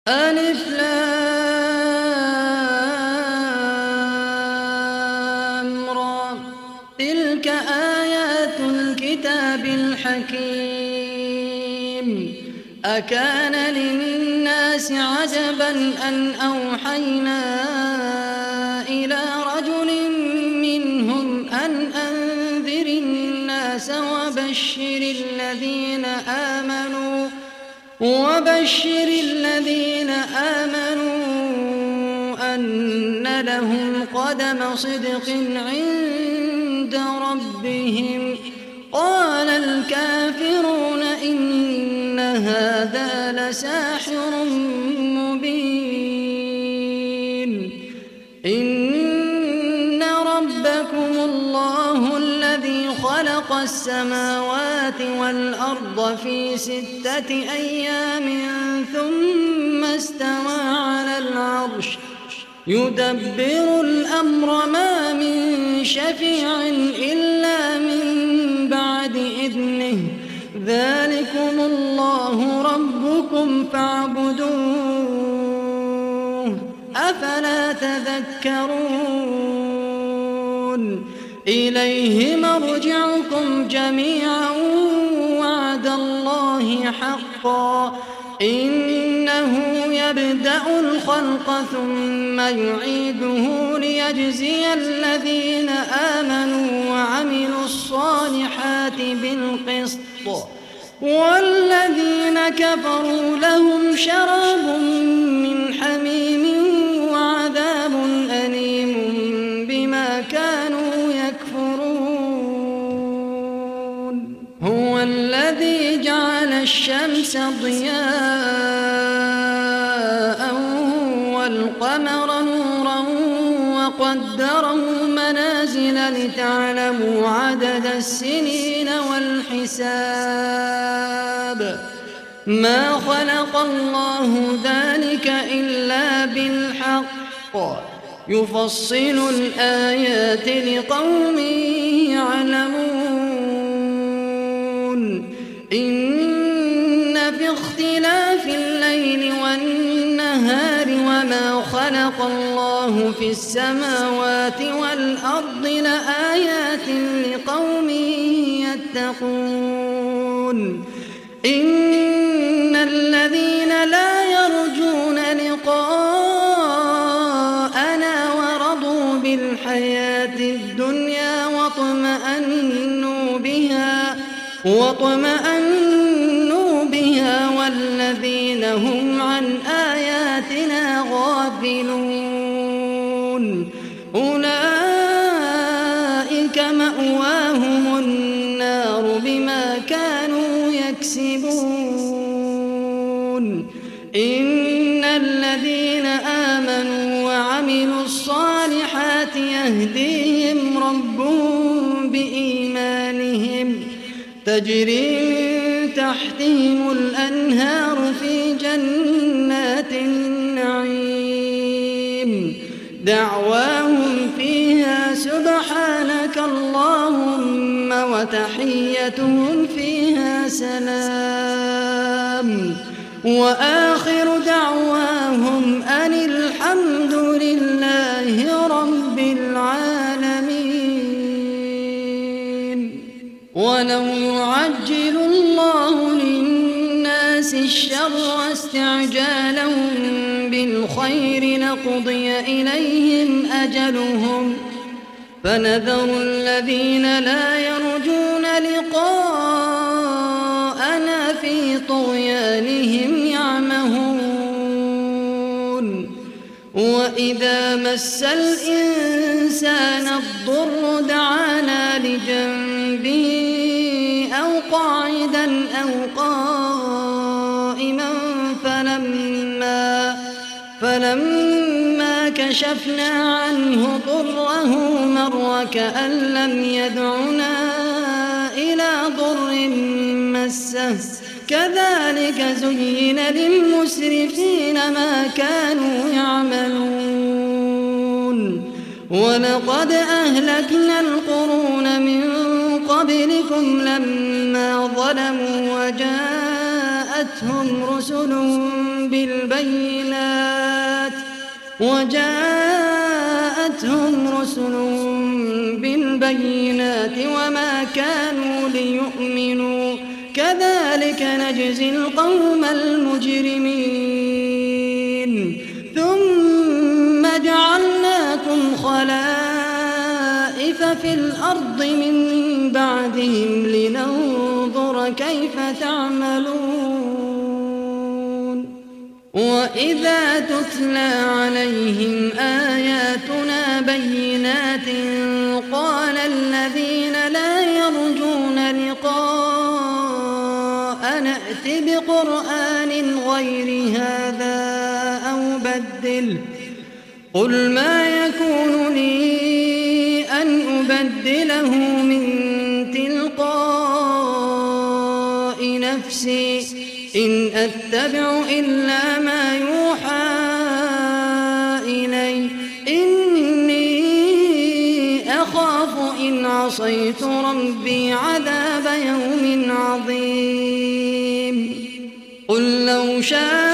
ألف لام را تلك آيات الكتاب الحكيم أكان للناس عجبا أن أوحينا إلى رجل منهم أن أنذر الناس وبشر الذين آمنوا أن لهم قدم صدق عند ربهم قال الكافرون إن هذا لساحر مبين إن ربكم الله الذي خلق السماوات والأرض في 6 أيام ثم استوى على العرش يدبر الأمر ما من شفيع إلا من بعد إذنه ذلكم الله ربكم فاعبدوه أفلا تذكرون إليه مرجعكم جميعا وعد الله حقا إنه يبدأ الخلق ثم يعيده ليجزي الذين آمنوا وعملوا الصالحات بالقسط والذين كفروا لهم شراب من حميم وعذاب أليم بما كانوا يكفرون هو الذي جعل الشمس ضياء والقمر نورا وقدره منازل لتعلموا عدد السنين والحساب ما خلق الله ذلك إلا بالحق يفصل الآيات لقوم يعلمون إن في اختلاف الليل والنهار وما خلق الله في السماوات والأرض لآيات لقوم يتقون إن الذين لا يرجون لقاءنا ورضوا بالحياة الدنيا واطمأنوا بها والذين هم عن آياتنا غافلون أولئك مأواهم النار بما كانوا يكسبون إن الذين آمنوا وعملوا الصالحات يهديهم ربهم بإيمانهم تجري من تحتهم الأنهار في جنات النعيم دعواهم فيها سبحانك اللهم وتحيتهم فيها سلام وآخر دعواهم أن الحمد لله رب العالمين ولو يعجل الله للناس الشر استعجالهم بالخير لقضي إليهم أجلهم فنذر الذين لا يرجون لقاءنا في طغيانهم يعمهون وإذا مس الإنسان الضر دعانا لجنبه أو قاعدا أو قائما فلما كشفنا عنه ضره مر كأن لم يدعنا إلى ضر مسه كذلك زين للمسرفين ما كانوا يعملون ولقد أهلكنا القرون من قبلكم لما ظلموا وجاءتهم رسل بالبينات وما كانوا ليؤمنوا كذلك نجزي القوم المجرمين ثم جعلناكم خلائف في الأرض من بعدهم لننظر كيف تعملون وإذا تتلى عليهم آياتنا بينات قال الذين لا يرجون لقاء نأت بقرآن غير هذا أو بدله قل ما يكون لي أن أبدله من تلقاء نفسي إن أتبع إلا ما يوحى إلي إني أخاف إن عصيت ربي عذاب يوم عظيم قل لو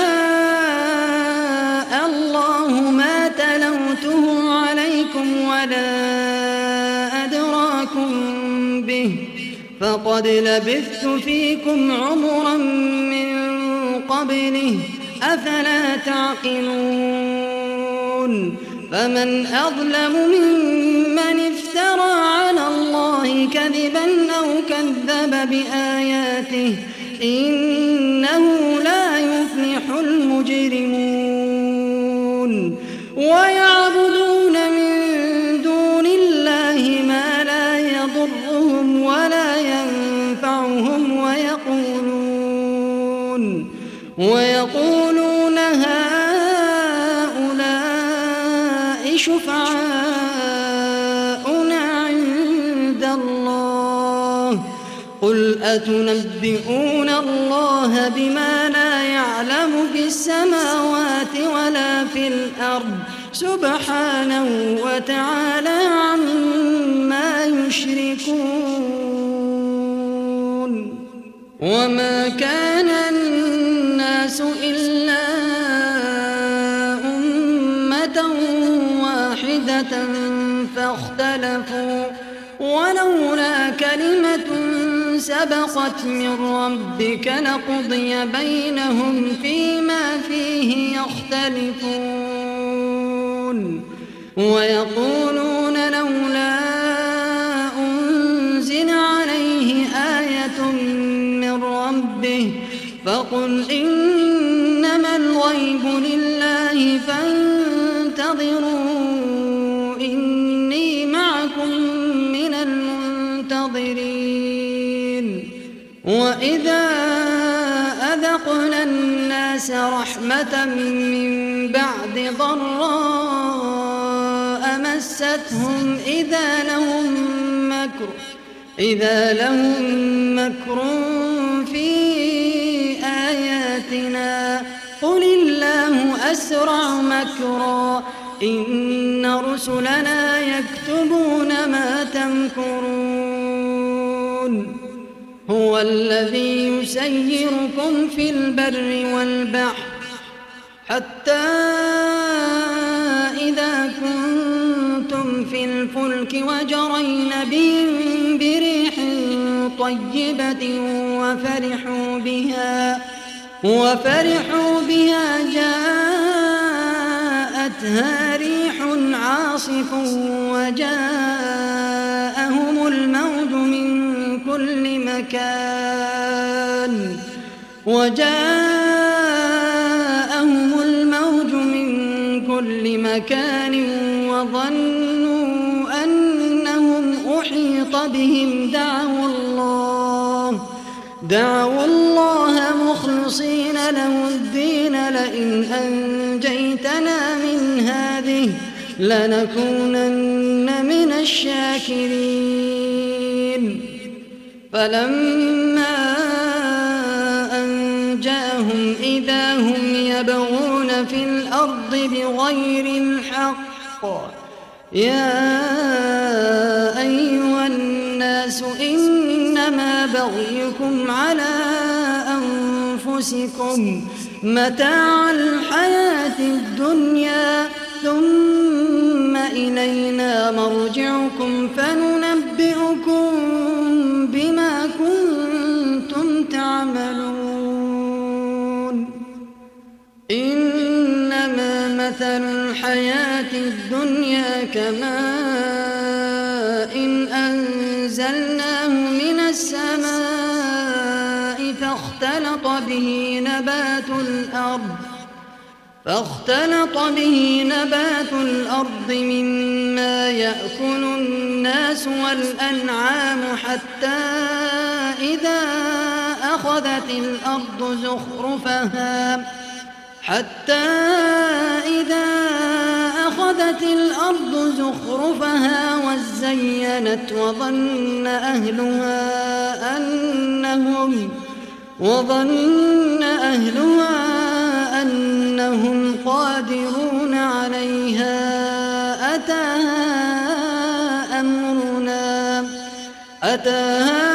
شاء الله ما تلوته عليكم ولا أدراكم به فقد لبثت فيكم عمرا من قبله أفلا تعقلون فمن أظلم ممن افترى على الله كذبا أو كذب بآياته إنه لا يفلح المجرمون ويعبدون من دون الله ما لا يضرهم ولا ينفعهم ويقولون هؤلاء شفعاؤنا عند الله قل أتنبئون الله بما لا يعلم في السماوات ولا في الأرض سبحانه وتعالى عما يشركون وما كان الناس إلا أمة واحدة فاختلفوا ولولا كلمة سبقت من ربك لقضي بينهم فيما فيه يختلفون ويقولون لولا أنزل عليه آية من ربه فقل إنما الغيب لله فانتظروا إني معكم من المنتظرين وإذا أذقنا الناس رحمة من بعد ضراء مستهم إذا لهم مكر في آياتنا قل الله أسرع مكرا إن رسلنا يكتبون ما تمكرون هو الذي يسيركم في البر والبحر حتى إذا كنتم في الفلك وجرين بهم بريح طيبة وفرحوا بها جاءتها ريح عاصف وجاءهم الموج من كل مكان وظنوا أنهم أحيط بهم دعوا الله مخلصين له الدين لئن أنجيتنا من هذه لنكونن من الشاكرين فلما أنجاهم إذا هم يبغون في الأرض بغير الحق يا أيها الناس إنما بغيكم على أنفسكم متاع الحياة الدنيا ثم إلينا مرجعكم فننبئكم بما كنتم تعملون. إنما مثل الحياة الدنيا كماء إن أنزلناه من السماء فاختلط به نبات الأرض مما يأكل الناس والأنعام حتى إذا أخذت الأرض زخرفها وزينت وظن أهلها أنهم قادرون عليها أتاها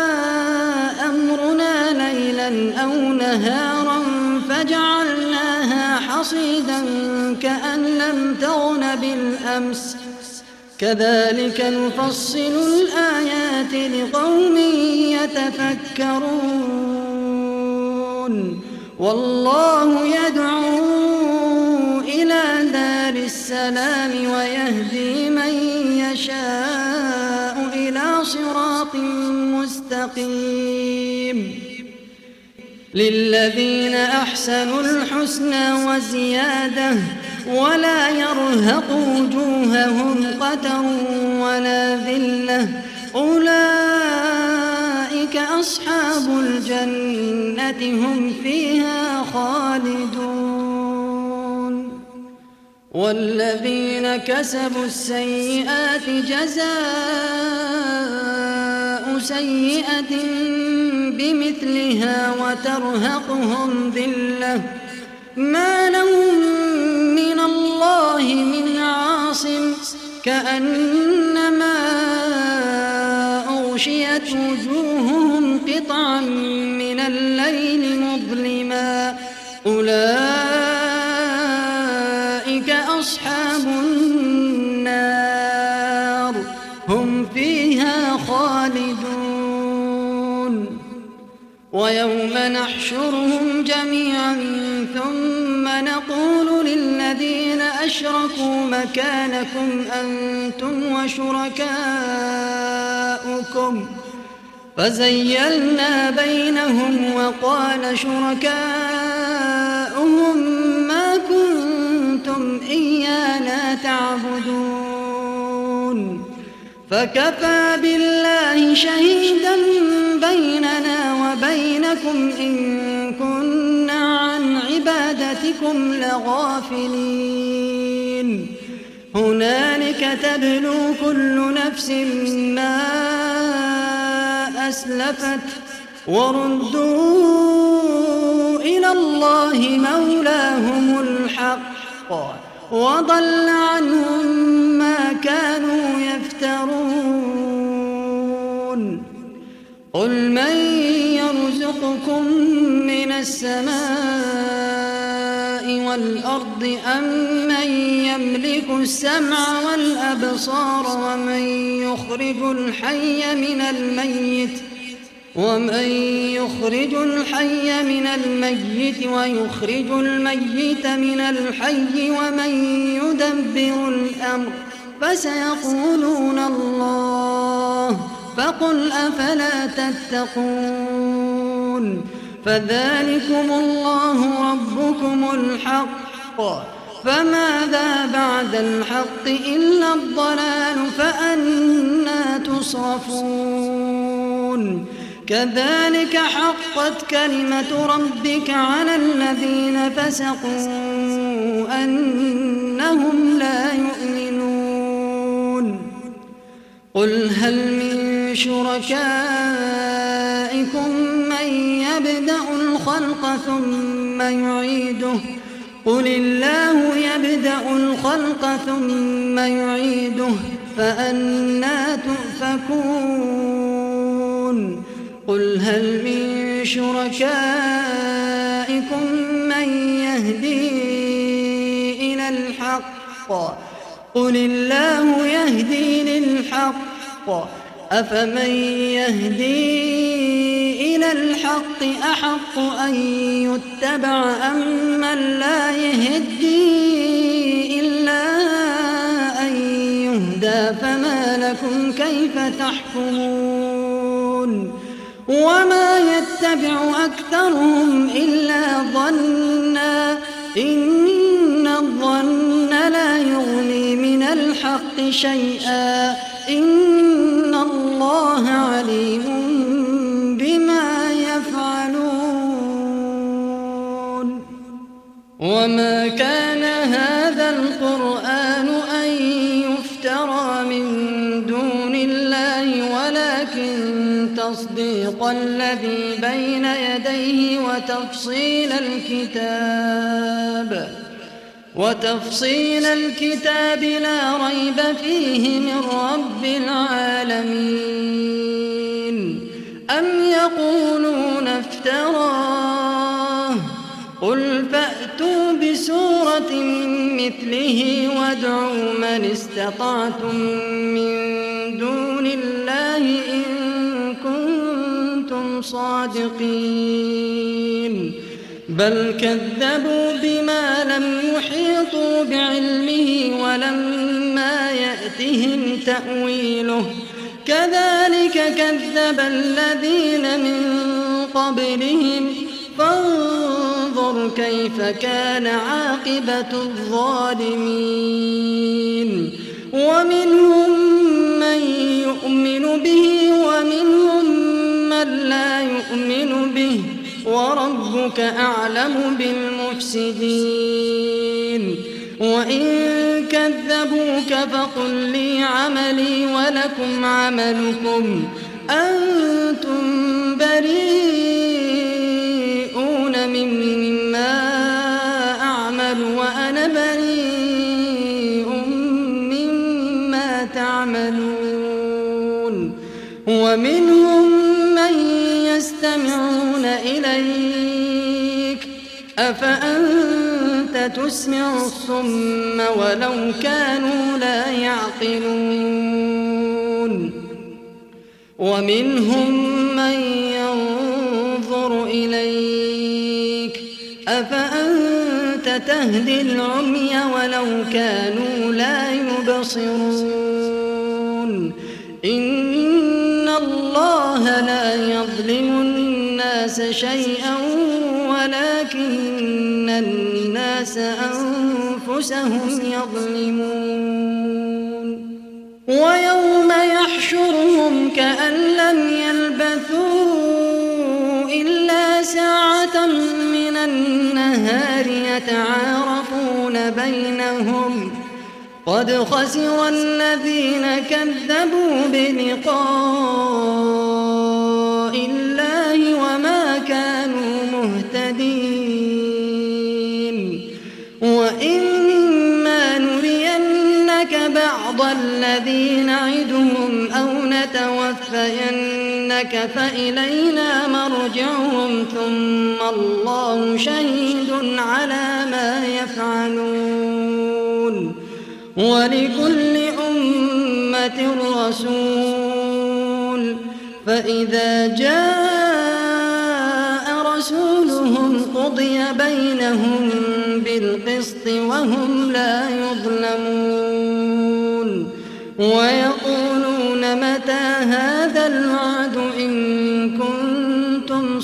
أمرنا ليلا أو نهارا فجعلناها حصيدا كأن لم تغن بالأمس كذلك نفصل الآيات لقوم يتفكرون. والله يدعو إلى دار السلام ويهدي من يشاء إلى صراط مستقيم. للذين أحسنوا الحسنى وزيادة ولا يرهق وجوههم قتر ولا ذلة أولئك أصحاب الجنة هم فيها خالدون. والذين كسبوا السيئات جزاء سيئة بمثلها وترهقهم ذلة ما لهم من الله من عاصم كأنما أغشيت وجوههم قطعا من الليل مظلما أولئك أصحاب النار هم فيها خالدون. ويوم نحشرهم جميعا ثم نقول للذين أشركوا مكانكم أنتم وشركاؤكم فزيلنا بينهم وقال شركاؤهم ما كنتم إيانا تعبدون فكفى بالله شهيدا بيننا وبينكم إن كنا عن عبادتكم لغافلين. هنالك تبلو كل نفس ما أسلفت وردوا إلى الله مولاهم الحق وضل عنهم ما كانوا يفترون. قل من يرزقكم من السماء والأرض أم من يملك السمع والأبصار ومن يخرج الحي من الميت ويخرج الميت من الحي ومن يدبر الأمر فسيقولون الله فقل أفلا تتقون. فذلكم الله ربكم الحق فماذا بعد الحق إلا الضلال فأنى تصرفون. كذلك حقت كلمة ربك على الذين فسقوا أنهم لا يؤمنون. قل هل من شركائكم من يبدأ الخلق ثم يعيده قل الله يبدأ الخلق ثم يعيده فأنى تؤفكون. قل هل من شركائكم أولئكم من يهدي إلى الحق قل الله يهدي للحق أفمن يهدي إلى الحق أحق أن يتبع أم من لا يهدي إلا أن يهدى فما لكم كيف تحكمون وما يتبع أكثرهم إلا ظنا إن الظن لا يغني من الحق شيئا إن الله عليم بما يفعلون وما كان هذا القرآن أن يفترى من دون الله ولكن تصديق الذي بين يديه وتفصيل الكتاب لا ريب فيه من رب العالمين أم يقولون افتراه قل فأتوا بسورة مثله وادعوا من استطعتم من دون الله إن كنتم صادقين بل كذبوا بما لم يحيطوا بعلمه ولما يأتهم تأويله كذلك كذب الذين من قبلهم فانظر كيف كان عاقبة الظالمين ومنهم من يؤمن به ومنهم من لا يؤمن به وربك أعلم بالمفسدين وإن كذبوك فقل لي عملي ولكم عملكم أنتم بريئون مما أعمل وأنا بريء مما تعملون ومنهم من يستمعون إليك أفأنت تسمع الصم ولو كانوا لا يعقلون ومنهم من ينظر إليك أفأنت تهدي العمي ولو كانوا لا يبصرون إن الله لا يظلم الناس شيئا ولكن الناس أنفسهم يظلمون ويوم يحشرهم كأن لم يلبثوا إلا ساعة من النهار يتعارفون بينهم قد خسر الذين كذبوا بلقاء الله وما كانوا مهتدين وإما نرينك بعض الذي نعدهم أو نتوفينك فإلينا مرجعهم ثم الله شهيد على ما يفعلون ولكل أمة رسول فإذا جاء رسولهم قضي بينهم بالقسط وهم لا يظلمون ويقولون متى هذا الوعد إن كنتم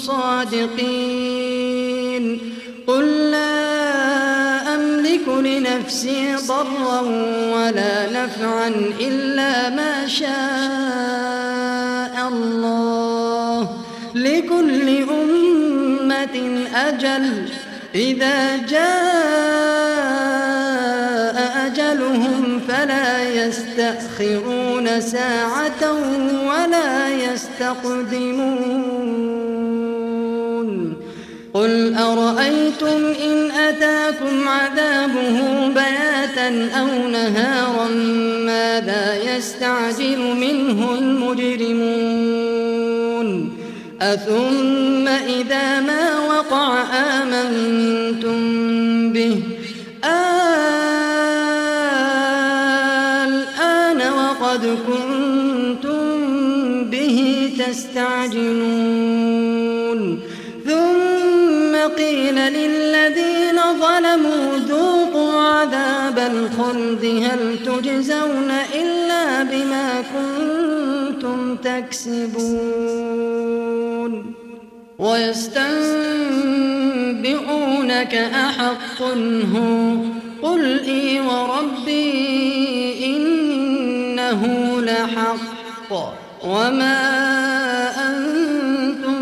صادقين قل لا أملك لنفسي ضرا ولا نفعا إلا ما شاء الله لكل أمة أجل إذا جاء أجلهم فلا يستأخرون ساعة ولا يستقدمون قل أرأيتم إن أتاكم عذابه بياتا أو نهارا ماذا يستعجل منه المجرمون أثم إذا ما وقع آمنتم به الآن وقد كنتم به تستعجلون ثم قيل للذين ظلموا ذوقوا عذاب الخلد هل تجزون إلا بما كنتم تكسبون ويستنبئونك أحق هو قل إي وربي إنه لحق وما أنتم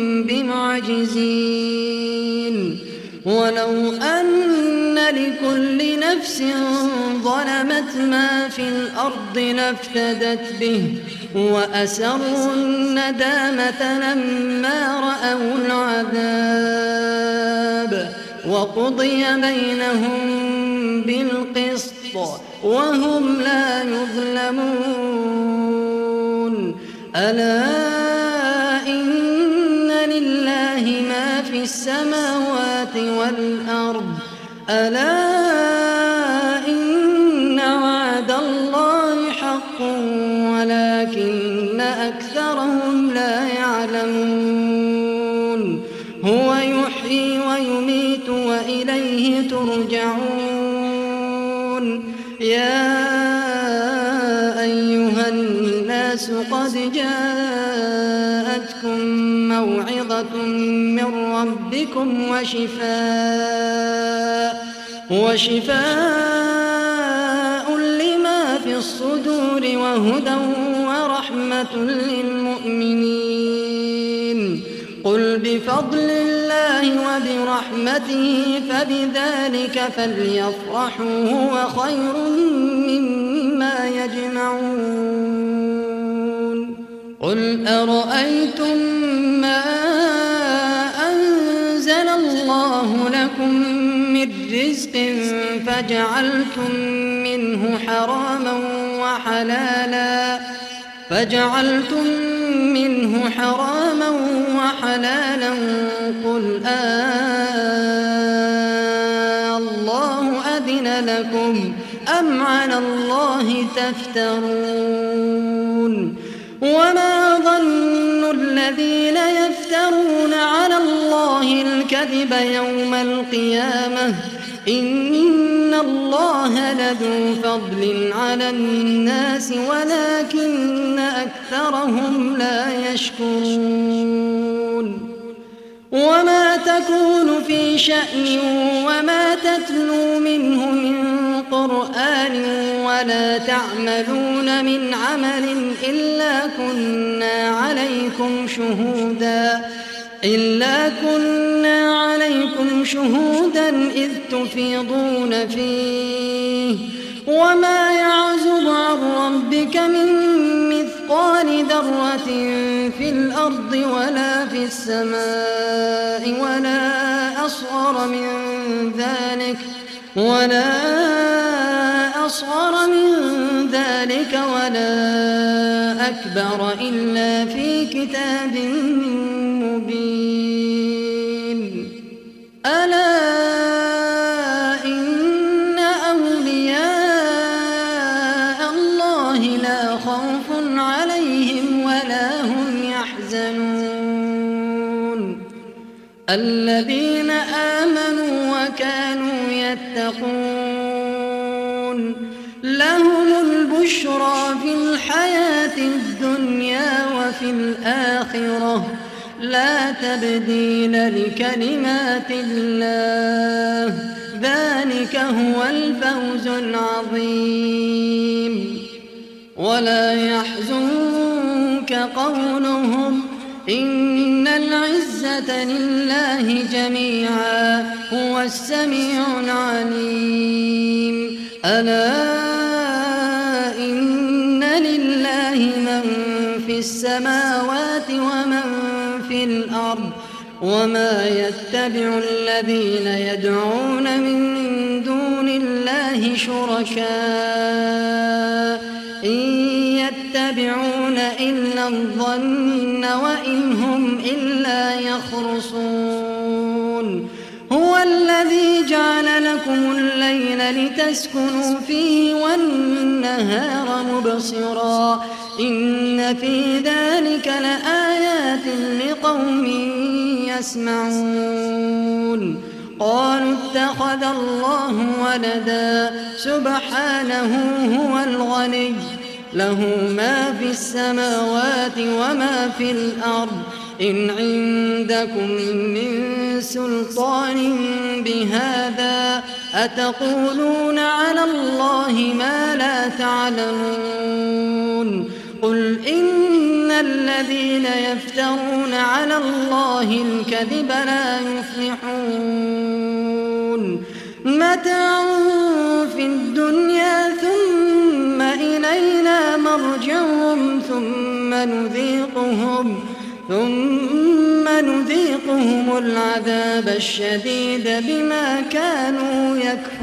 بمعجزين ولو أن لكل نفس ظلمت ما في الأرض لافتدت به وأسروا الندامة لما رأوا العذاب وقضي بينهم بالقسط وهم لا يظلمون ألا إن لله ما في السماوات والأرض ألا إن وعد الله حق ولكن أكثرهم لا يعلمون هو يحيي ويميت وإليه ترجعون يا أيها الناس قد جاءتكم موعظة من ربكم وشفاء لما في الصدور وهدى ورحمة للمؤمنين قل بفضل الله وبرحمته فبذلك فليفرحوا هو خير مما يجمعون قل أرأيتم ما أنزل الله لكم من رزق فجعلتم منه حراما وحلالا قل الله أذن لكم أم على الله تفترون وما ظن الذين يفترون على الله الكذب يوم القيامة إن الله لذو فضل على الناس ولكن أكثرهم لا يشكرون وما تكون في شأن وما تتلو منه من قرآن ولا تعملون من عمل إلا كنا عليكم شهودا إذ تفيضون فيه وما يعزب عن ربك من مثقال ذرة في الأرض ولا في السماء ولا أصغر من ذلك ولا أكبر إلا في كتاب مبين ألا إن أولياء الله لا خوف عليهم ولا هم يحزنون الذين آمنوا وكانوا يتقون لهم البشرى في الحياة الدنيا وفي الآخرة لا تبديل لكلمات الله ذلك هو الفوز العظيم ولا يحزنك قولهم إن العزة لله جميعا هو السميع العليم ألا إن لله من في السماوات ومن في الأرض وما يتبع الذين يدعون من دون الله شركاء إن يتبعون إلا الظن وإن هم إلا يخرصون هو الذي جعل لكم الليل لتسكنوا فيه والنهار مبصرا إن في ذلك لآيات لقوم يسمعون قالوا اتخذ الله ولدا سبحانه هو الغني له ما في السماوات وما في الأرض إن عندكم من سلطان بهذا أتقولون على الله ما لا تعلمون قل إن الذين يفترون على الله الكذب لا يفلحون متاع في الدنيا ثم إلينا مرجعهم ثم نذيقهم العذاب الشديد بما كانوا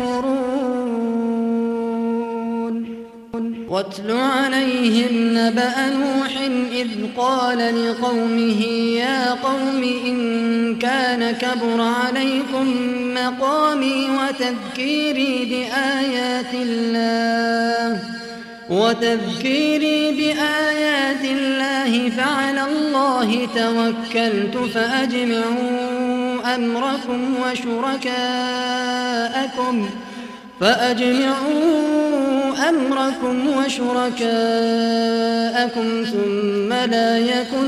يكفرون واتل عليهم نبأ نوح إذ قال لقومه يا قوم إن كان كبر عليكم مقامي وتذكيري بآيات الله فعلى الله توكلت فأجمعوا أمركم وشركاءكم ثم لا يكن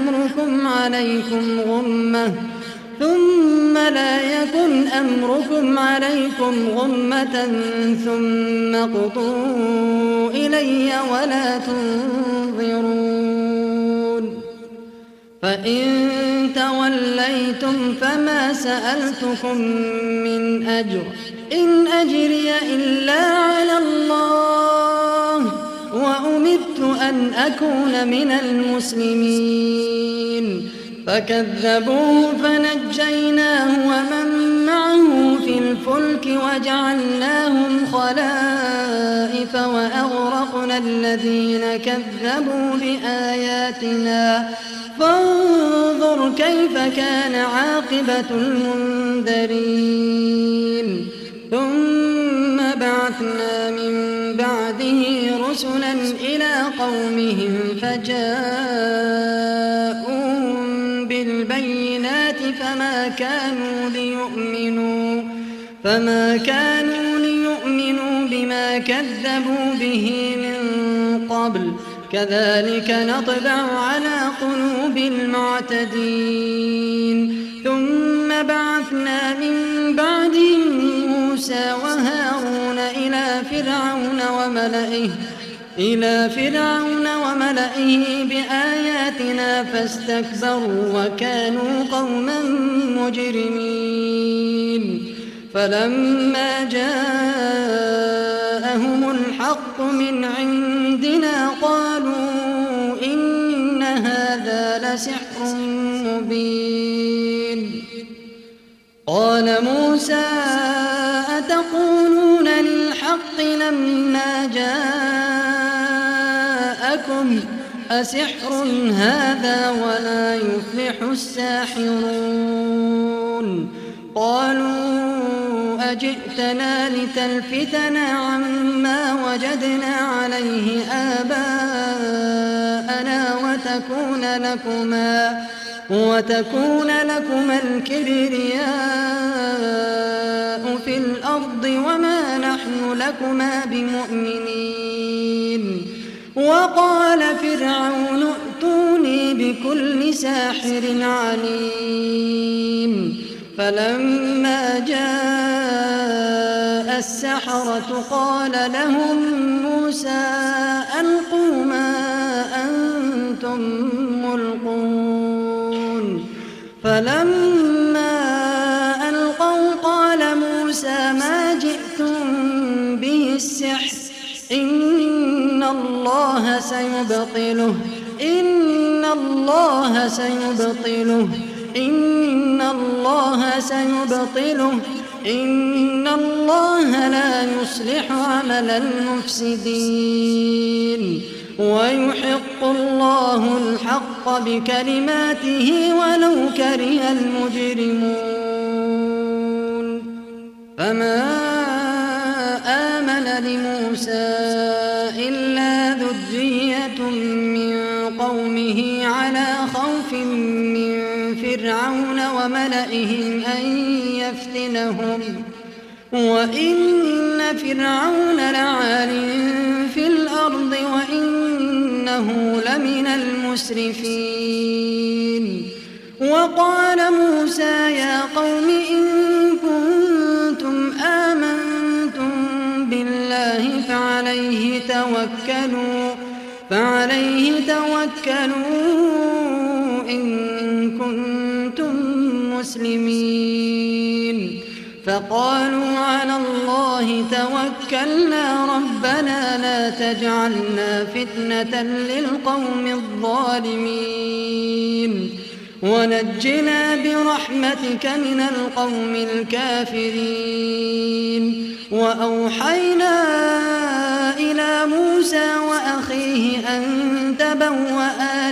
أمركم عليكم غمة ثم اقضوا إلي ولا تنظرون فإن توليتم فما سألتكم من أجر إن أجري إلا على الله وأمرت أن أكون من المسلمين فكذبوه فنجيناه ومن معه في الفلك وجعلناهم خلائف وأغرقنا الذين كذبوا بآياتنا فانظر كيف كان عاقبة المنذرين ثم بعثنا من بعده رسلا إلى قومهم فجاءوهم بالبينات فما كانوا ليؤمنوا بما كذبوا به من قبل كذلك نطبع على قلوب المعتدين ثم بعثنا من بعدهم موسى وهارون إلى فرعون وملئه بآياتنا فاستكبروا وكانوا قوما مجرمين فلما جاءهم الحق من عندنا قالوا إن هذا لسحر مبين قال موسى أتقولون للحق لما جاءكم أسحر هذا ولا يفلح الساحرون قالوا أجئتنا لتلفتنا عما وجدنا عليه آباءنا وتكون لكما الكبرياء في الأرض وما نحن لكما بمؤمنين وقال فرعون ائتوني بكل ساحر عليم فلما جاء السحرة قال لهم موسى ألقوا ما أنتم ملقون فلما ألقوا قال موسى ما جئتم به السحر إن الله سيبطله إن الله لا يصلح عمل المفسدين ويحق الله الحق بكلماته ولو كره المجرمون فما آمن لموسى إلا ذرية من قومه على خوف من فرعون وملئهم أن يفتنهم وإن فرعون لعال في الأرض وإنه لمن المسرفين وقال موسى يا قوم إن كنتم آمنتم بالله فعليه توكلوا إن كنتم مسلمين فقالوا على الله توكلنا ربنا لا تجعلنا فتنة للقوم الظالمين ونجنا برحمتك من القوم الكافرين وأوحينا إلى موسى وأخيه أن تبوأ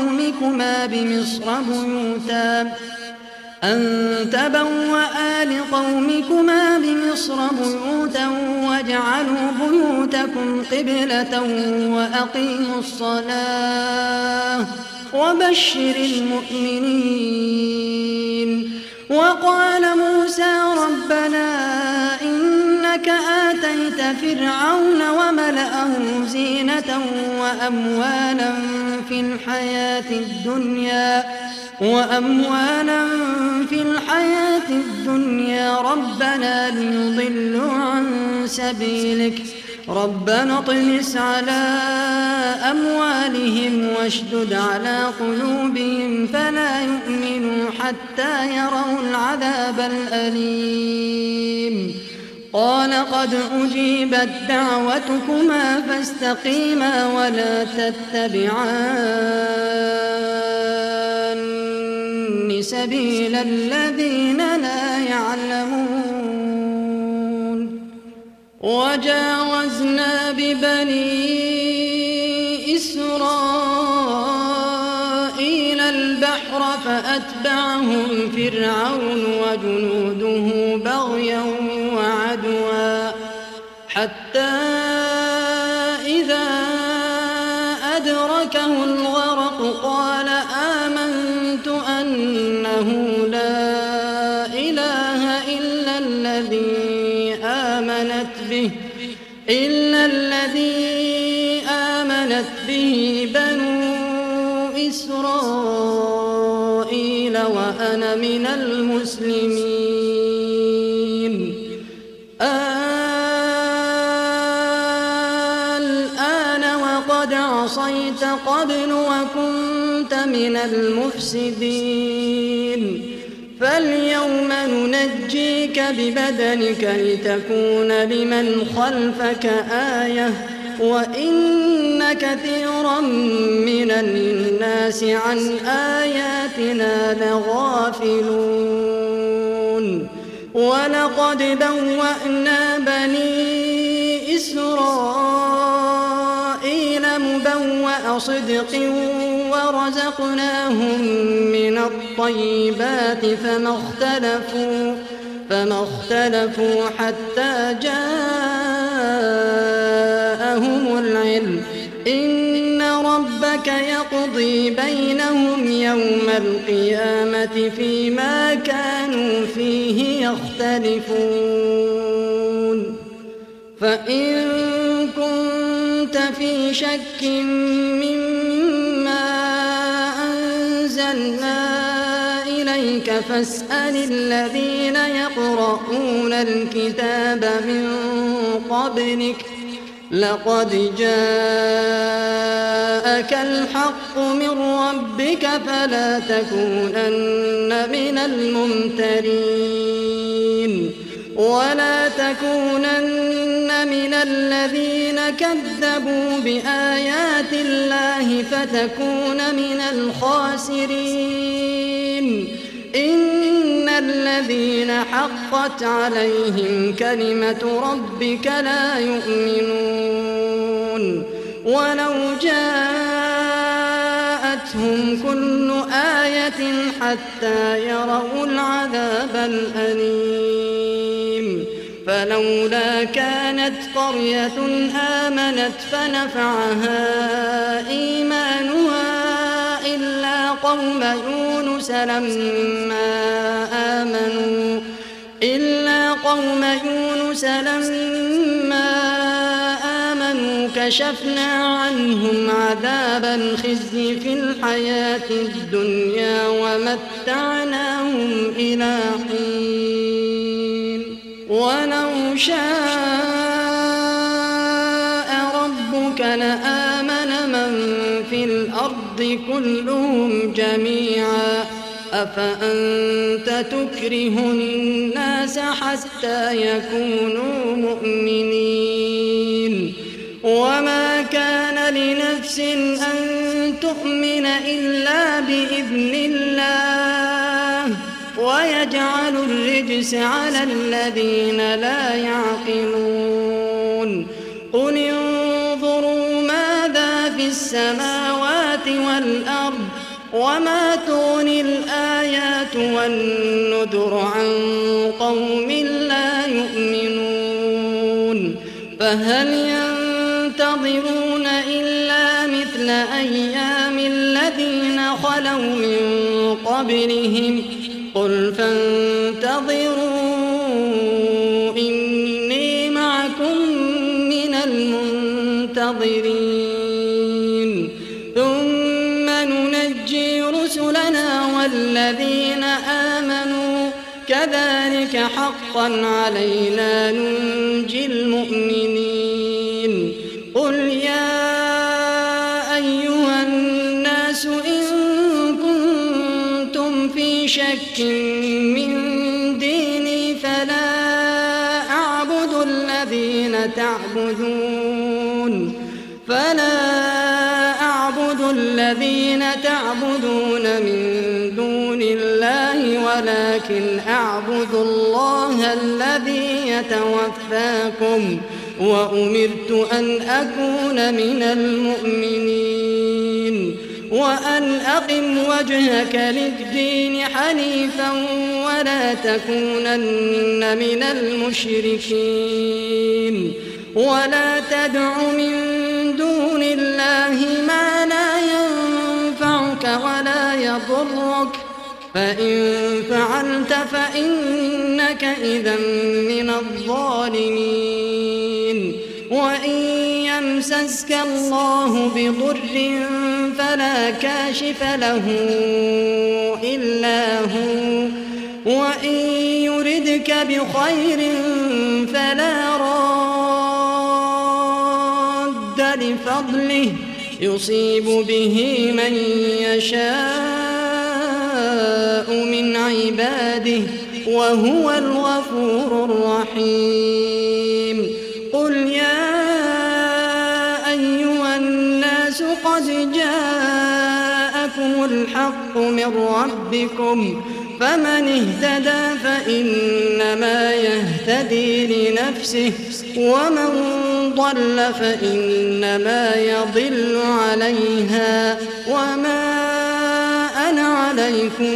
لقومكما بمصر بيوتا واجعلوا بيوتكم قبلة وأقيموا الصلاة وبشر المؤمنين وقال موسى ربنا إنك آتيت فرعون وملأه زينة وأموالا في الحياة الدنيا ربنا ليضلوا عن سبيلك ربنا اطمس على أموالهم واشدد على قلوبهم فلا يؤمنوا حتى يروا العذاب الأليم قال قد أجيبت دعوتكما فاستقيما ولا تتبعان سبيل الذين لا يعلمون وجاوزنا ببني إسرائيل البحر فأتبعهم فرعون وجنوده بغيا وعدوا حتى إذا أدركه الغرق قال آمنت أنه لا إله إلا الذي آمنت به بنو إسرائيل وأنا من المسلمين الآن وقد عصيت قبل وكنت من المفسدين فاليوم ننجيك ببدنك لتكون لمن خلفك آية وإن كثيرا من الناس عن آياتنا لغافلون ولقد بوأنا بني إسرائيل مبوأ صدق ورزقناهم من الطيبات فما اختلفوا حتى جاءهم العلم إن ربك يقضي بينهم يوم القيامة فيما كانوا فيه يختلفون فإن كنت في شك مما أنزلنا إليك فاسأل الذين يقرؤون الكتاب من قبلك لقد جاءك الحق من ربك فلا تكونن من الممترين ولا تكونن من الذين كذبوا بآيات الله فتكون من الخاسرين إن الذين حقت عليهم كلمة ربك لا يؤمنون ولو جاءتهم كل آية حتى يروا العذاب الأليم فلولا كانت قرية آمنت فنفعها إيمانها إلا قوم يونس لما آمنوا كشفنا عنهم عذاب الخزي في الحياة الدنيا ومتعناهم إلى حين ولو شاء ربك لآمن من في الأرض كلهم جميعا أفأنت تكره الناس حتى يكونوا مؤمنين وما كان لنفس أن تؤمن إلا بإذن الله ويجعل الرجس على الذين لا يعقلون قل انظروا ماذا في السماوات والأرض وما تغني الآيات والنذر عن قوم لا يؤمنون فهل ينتظرون إلا مثل أيام الذين خلوا من قبلهم قل فانتظروا إني معكم من المنتظرين ثم ننجي رسلنا والذين آمنوا كذلك حقا علينا ننجي المؤمنين قل يا أيها الناس إن كنتم في شك من ديني فلا أعبد الذين تعبدون من دون الله ولكن أعبد الله الذي يتوفاكم وأمرت أن أكون من المؤمنين وأن أقم وجهك للدين حنيفا ولا تكونن من المشركين ولا تدع من دون الله ما لا ينفعك ولا يضرك فإن فعلت فإنك إذا من الظالمين وإن يمسسك الله بضر فلا كاشف له إلا هو وإن يردك بخير فلا راد لفضله يصيب به من يشاء من عباده وهو الغفور الرحيم قل يا أيها الناس قد جاءكم الحق من ربكم فمن اهتدى فإنما يهتدي لنفسه ومن ضل فإنما يضل عليها وما أنا عليكم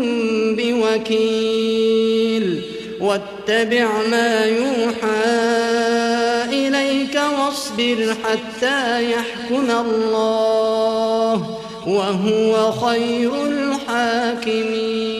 بوكيل واتبع ما يوحى إليك واصبر حتى يحكم الله وهو خير الحاكمين